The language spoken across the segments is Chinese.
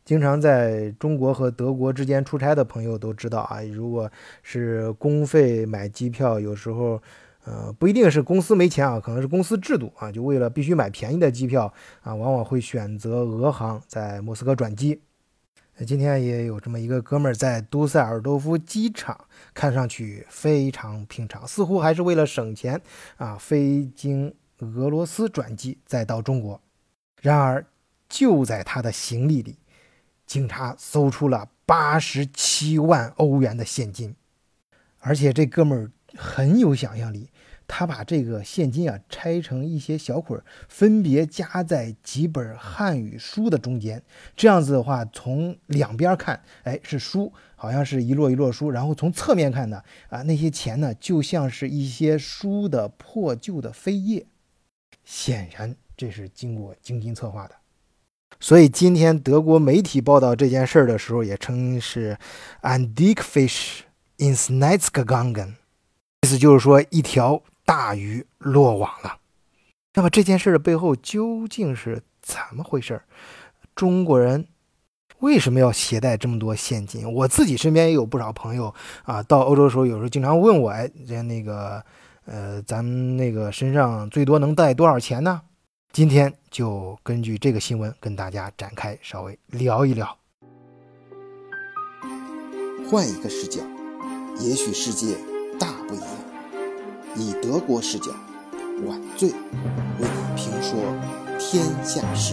经常在中国和德国之间出差的朋友都知道啊，如果是公费买机票，有时候，不一定是公司没钱啊，可能是公司制度啊，就为了必须买便宜的机票啊，往往会选择俄航在莫斯科转机。今天也有这么一个哥们儿在杜塞尔多夫机场，看上去非常平常，似乎还是为了省钱啊，飞经俄罗斯转机再到中国。然而，就在他的行李里，警察搜出了87万欧元的现金，而且这哥们儿很有想象力，他把这个现金啊拆成一些小捆，分别夹在几本汉语书的中间。这样子的话，从两边看，哎，是书，好像是一摞一摞书，然后从侧面看呢，那些钱呢，就像是一些书的破旧的扉页。显然，这是经过精心策划的。所以今天德国媒体报道这件事的时候，也称是 "Ein Dickfisch ins Netz gegangen"， 意思就是说一条大鱼落网了。那么这件事的背后究竟是怎么回事？中国人为什么要携带这么多现金？我自己身边也有不少朋友啊，到欧洲的时候，有时候经常问我，哎，咱们那个身上最多能带多少钱呢？今天就根据这个新闻跟大家展开稍微聊一聊。 换一个视角，也许世界大不一样。以德国视角，晚醉为你评说天下事。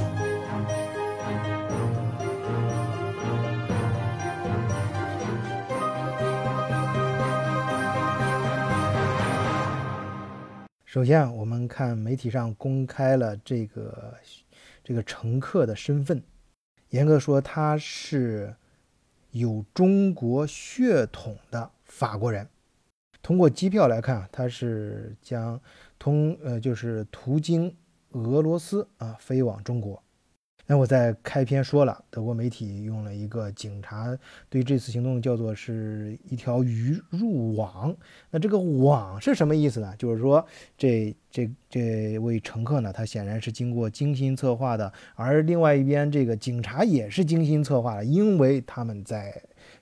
首先，我们看媒体上公开了这个乘客的身份。严格说，他是有中国血统的法国人。通过机票来看，他是将就是途经俄罗斯啊飞往中国。那我在开篇说了，德国媒体用了一个警察对这次行动叫做是一条鱼入网。那这个网是什么意思呢？就是说这位乘客呢，他显然是经过精心策划的，而另外一边这个警察也是精心策划的，因为他们在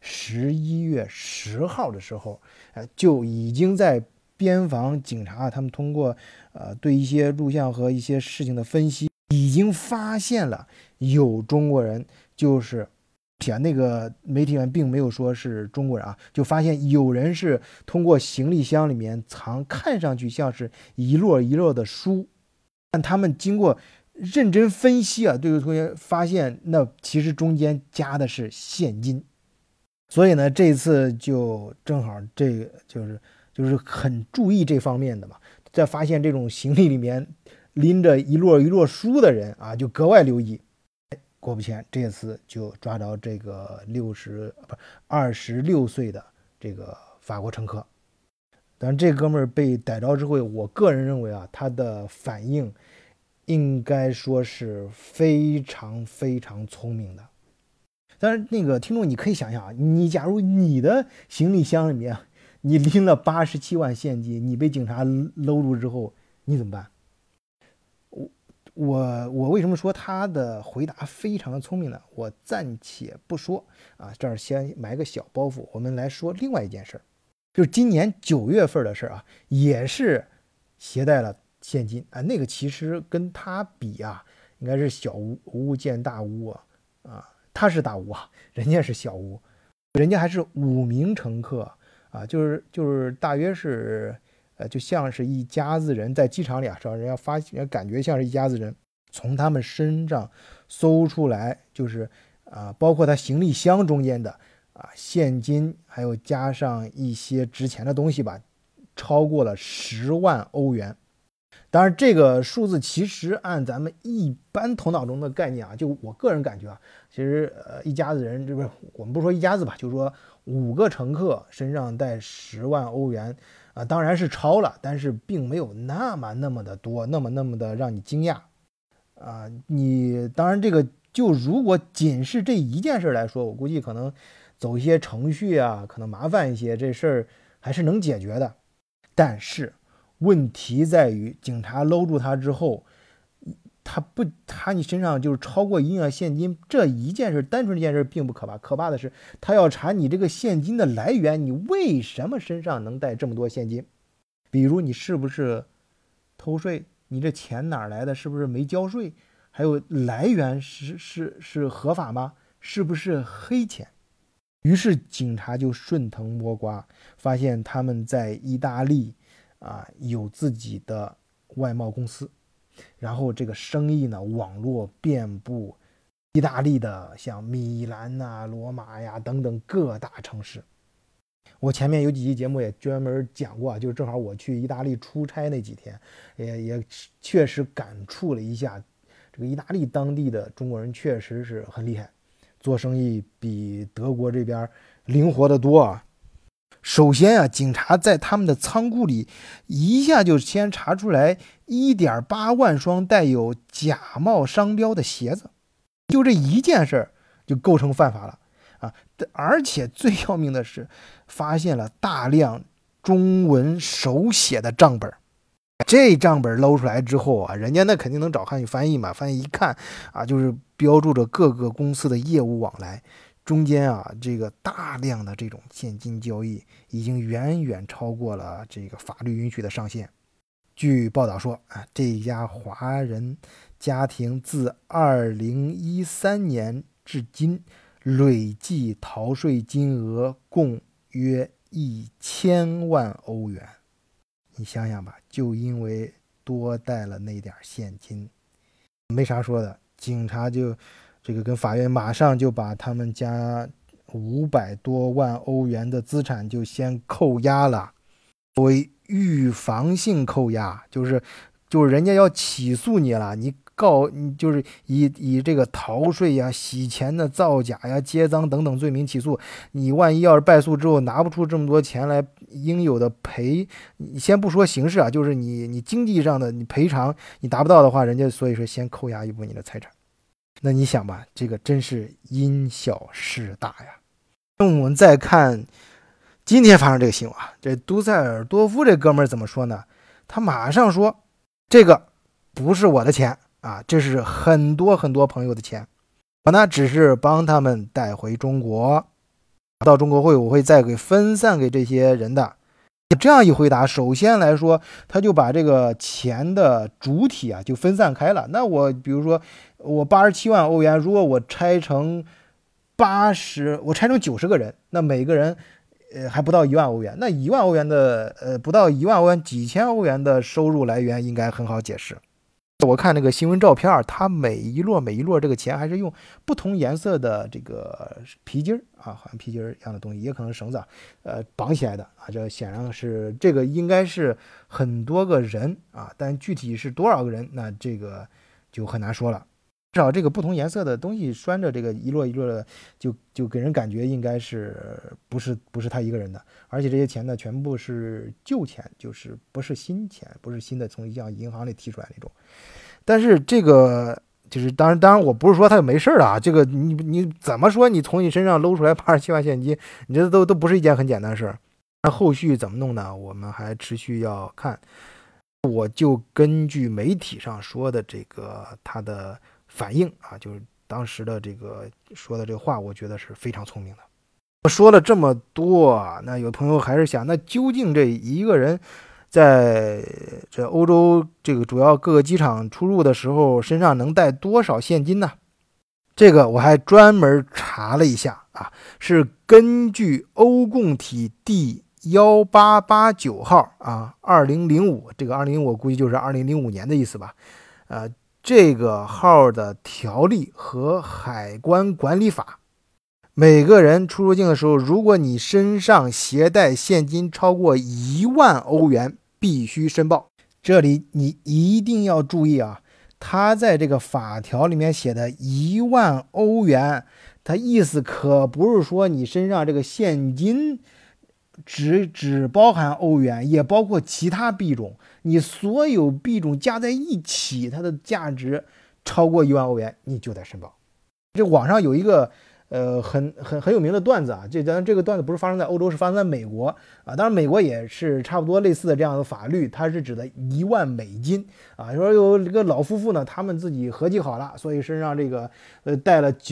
11月10号的时候，就已经在边防警察他们通过对一些录像和一些事情的分析，已经发现了有中国人，就是那个媒体人并没有说是中国人啊，就发现有人是通过行李箱里面藏看上去像是一摞一摞的书，但他们经过认真分析啊，对个同学发现那其实中间夹的是现金。所以呢，这次就正好这个就是很注意这方面的嘛，在发现这种行李里面拎着一摞一摞书的人啊，就格外留意。果不其然，这次就抓着这个26岁的这个法国乘客。但这哥们儿被逮着之后，我个人认为啊，他的反应应该说是非常非常聪明的。但是那个听众，你可以想想啊，假如你的行李箱里面你拎了87万现金，你被警察搂住之后，你怎么办？我为什么说他的回答非常的聪明呢？我暂且不说啊，这儿先埋个小包袱，我们来说另外一件事儿，就是今年9月份的事儿啊，也是携带了现金啊，那个其实跟他比啊，应该是小巫见大巫啊，他是大巫啊，人家是小巫，人家还是5名乘客啊，就是大约是。就像是一家子人在机场里啊，让人家感觉像是一家子人，从他们身上搜出来，就是包括他行李箱中间的现金，还有加上一些值钱的东西吧，超过了10万欧元。当然，这个数字其实按咱们一般头脑中的概念啊，就我个人感觉啊，其实一家子人，这不是我们不说一家子吧，就是说5个乘客身上带10万欧元啊，当然是超了，但是并没有那么的多，那么的让你惊讶啊。你当然这个就如果仅是这一件事来说，我估计可能走一些程序啊，可能麻烦一些，这事儿还是能解决的，但是。问题在于，警察搂住他之后， 你身上就是超过一定的现金，这一件事，单纯这件事并不可怕，可怕的是他要查你这个现金的来源，你为什么身上能带这么多现金？比如你是不是偷税，你这钱哪来的，是不是没交税，还有来源是合法吗？是不是黑钱？于是警察就顺藤摸瓜，发现他们在意大利有自己的外贸公司，然后这个生意呢网络遍布意大利的像米兰罗马呀等等各大城市。我前面有几期节目也专门讲过，就是正好我去意大利出差那几天，也确实感触了一下，这个意大利当地的中国人确实是很厉害，做生意比德国这边灵活得多啊。首先警察在他们的仓库里一下就先查出来 1.8 万双带有假冒商标的鞋子，就这一件事就构成犯法了而且最要命的是发现了大量中文手写的账本。这账本搂出来之后人家那肯定能找汉语翻译嘛，翻译一看就是标注着各个公司的业务往来，中间这个大量的这种现金交易已经远远超过了这个法律允许的上限。据报道说这家华人家庭自2013年至今累计逃税金额共约1000万欧元。你想想吧，就因为多带了那点现金，没啥说的，警察就这个跟法院马上就把他们家500多万欧元的资产就先扣押了，作为预防性扣押，就是人家要起诉你了，你就是以这个逃税洗钱的造假接赃等等罪名起诉你，万一要是败诉之后拿不出这么多钱来应有的赔，你先不说刑事就是你经济上的你赔偿你达不到的话，人家所以说先扣押一部分你的财产。那你想吧，这个真是因小失大呀。那我们再看今天发生这个新闻这杜塞尔多夫这哥们儿怎么说呢？他马上说这个不是我的钱这是很多很多朋友的钱，我呢只是帮他们带回中国，到中国我会再给分散给这些人的。这样一回答，首先来说他就把这个钱的主体就分散开了。那我比如说我87万欧元，如果我拆成90个人，那每个人还不到1万欧元，那1万欧元的不到1万欧元几千欧元的收入来源应该很好解释。我看那个新闻照片它每一摞这个钱还是用不同颜色的这个皮筋好像皮筋一样的东西，也可能绳子绑起来的这显然是这个应该是很多个人但具体是多少个人，那这个就很难说了。至少这个不同颜色的东西拴着这个一摞一摞的，就给人感觉应该是不是他一个人的，而且这些钱呢全部是旧钱，就是不是新钱，不是新的从像银行里提出来那种。但是这个就是当然我不是说他就没事了这个你怎么说，你从你身上搂出来87万现金，你这都不是一件很简单的事。那后续怎么弄呢？我们还持续要看。我就根据媒体上说的这个他的反应就是当时的这个说的这个话，我觉得是非常聪明的。我说了这么多那有朋友还是想，那究竟这一个人在这欧洲这个主要各个机场出入的时候身上能带多少现金呢？这个我还专门查了一下是根据欧共体第1889号2005，这个2005我估计就是2005年的意思吧这个号的条例和海关管理法，每个人出入境的时候，如果你身上携带现金超过1万欧元，必须申报。这里你一定要注意他在这个法条里面写的1万欧元，他意思可不是说你身上这个现金只包含欧元，也包括其他币种，你所有币种加在一起，它的价值超过1万欧元，你就得申报。这网上有一个很有名的段子啊。这个段子不是发生在欧洲，是发生在美国啊。当然，美国也是差不多类似的这样的法律，它是指的10000美金啊。说有这个老夫妇呢，他们自己合计好了，所以身上这个带了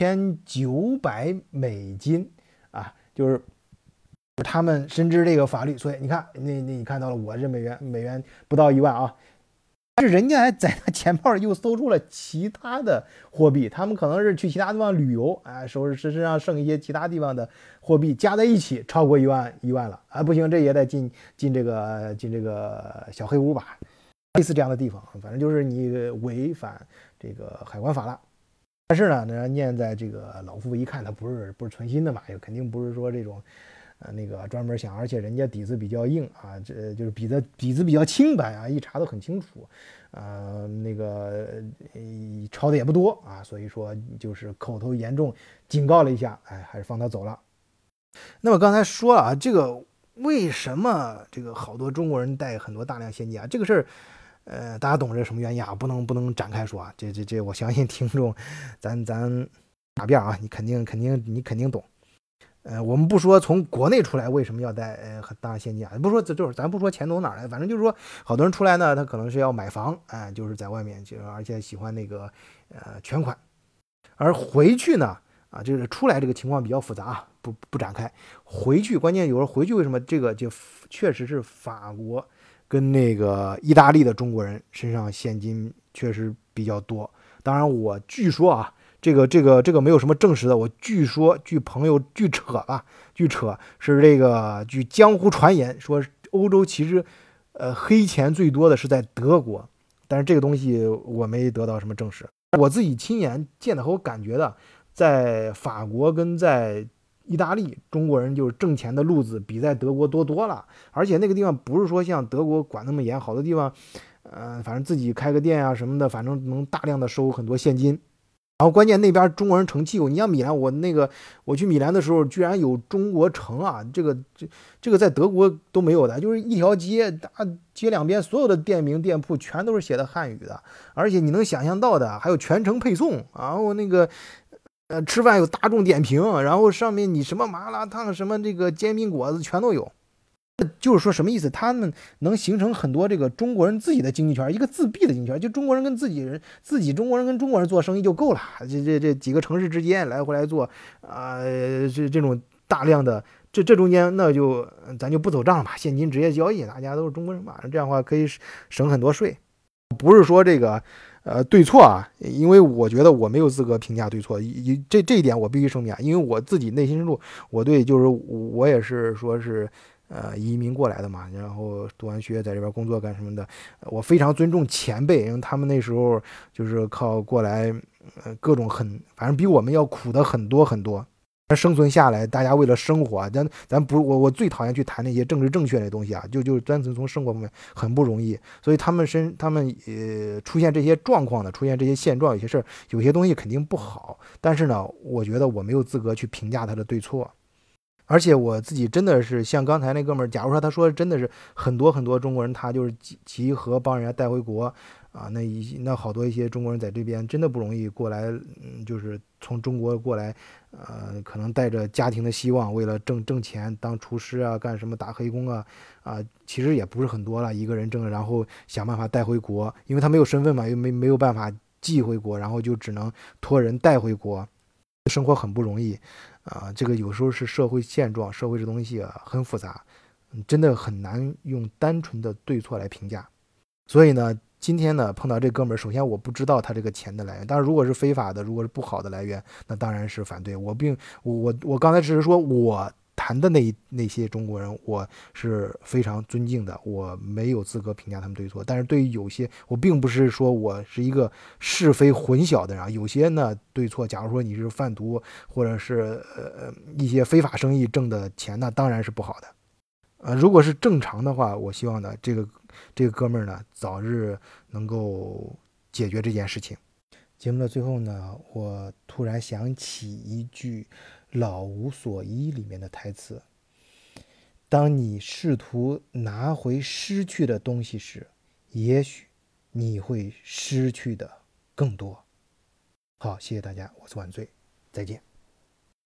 9900美金啊，就是他们深知这个法律，所以你看，你看到了，我这美元不到1万啊。但是人家还在他钱包里又搜出了其他的货币，他们可能是去其他地方旅游，哎，身上剩一些其他地方的货币，加在一起超过一万了啊！不行，这也得进这个小黑屋吧，类似这样的地方，反正就是你违反这个海关法了。但是呢，念在这个老夫妇一看，他不是存心的嘛，也肯定不是说这种。那个专门想，而且人家底子比较硬啊，这就是底子比较清白啊，一查都很清楚，那个抄的也不多啊，所以说就是口头严重警告了一下，哎，还是放他走了。那么刚才说了啊，这个为什么这个好多中国人带很多大量现金啊？这个事儿，大家懂这什么原因啊？不能展开说啊，这我相信听众，咱打遍啊，你肯定懂。我们不说从国内出来为什么要带很大现金啊？不说就是咱不说钱从哪儿来，反正就是说好多人出来呢，他可能是要买房，哎，就是在外面，而且喜欢那个全款，而回去呢啊，就是出来这个情况比较复杂啊，不展开。回去关键有时候回去为什么这个就确实是法国跟那个意大利的中国人身上现金确实比较多。当然我据说啊。这个没有什么证实的，我据朋友据扯是这个据江湖传言说，欧洲其实黑钱最多的是在德国，但是这个东西我没得到什么证实。我自己亲眼见的和我感觉的，在法国跟在意大利，中国人就是挣钱的路子比在德国多了，而且那个地方不是说像德国管那么严，好多地方反正自己开个店啊什么的，反正能大量的收很多现金。然后关键那边中国人成气候，你像米兰，我去米兰的时候，居然有中国城啊，这个在德国都没有的，就是一条街，街两边所有的店名店铺全都是写的汉语的，而且你能想象到的还有全程配送，然后那个吃饭有大众点评，然后上面你什么麻辣烫什么这个煎饼果子全都有。就是说什么意思？他们能形成很多这个中国人自己的经济圈，一个自闭的经济圈，就中国人跟中国人跟中国人做生意就够了。这几个城市之间来回来做啊，这种大量的这中间那就咱就不走账了吧，现金直接交易，大家都是中国人嘛，这样的话可以省很多税。不是说这个对错啊，因为我觉得我没有资格评价对错，这一点我必须声明啊，因为我自己内心深处我对就是我也是说是。移民过来的嘛，然后读完学在这边工作干什么的，我非常尊重前辈，因为他们那时候就是靠过来，各种反正比我们要苦的很多很多。生存下来，大家为了生活，咱不，我最讨厌去谈那些政治正确的东西啊，就单纯从生活方面很不容易，所以他们出现这些状况的，出现这些现状，有些东西肯定不好，但是呢，我觉得我没有资格去评价他的对错。而且我自己真的是像刚才那哥们儿，假如说他说真的是很多中国人，他就是集合帮人家带回国啊，那好多一些中国人在这边真的不容易过来，就是从中国过来，可能带着家庭的希望，为了挣钱当厨师啊，干什么打黑工啊，其实也不是很多了，一个人挣，然后想办法带回国，因为他没有身份嘛，又没有办法寄回国，然后就只能托人带回国，生活很不容易。这个有时候是社会现状，社会这东西啊很复杂，真的很难用单纯的对错来评价。所以呢，今天呢碰到这哥们儿，首先我不知道他这个钱的来源，当然如果是非法的，如果是不好的来源，那当然是反对。我刚才只是说我谈的那些中国人，我是非常尊敬的，我没有资格评价他们对错。但是对于有些，我并不是说我是一个是非混淆的人啊。有些呢对错，假如说你是贩毒或者是一些非法生意挣的钱，那当然是不好的。如果是正常的话，我希望呢这个哥们儿呢早日能够解决这件事情。节目的最后呢，我突然想起一句老无所依里面的台词：当你试图拿回失去的东西时，也许你会失去的更多。好，谢谢大家，我是晚醉，再见。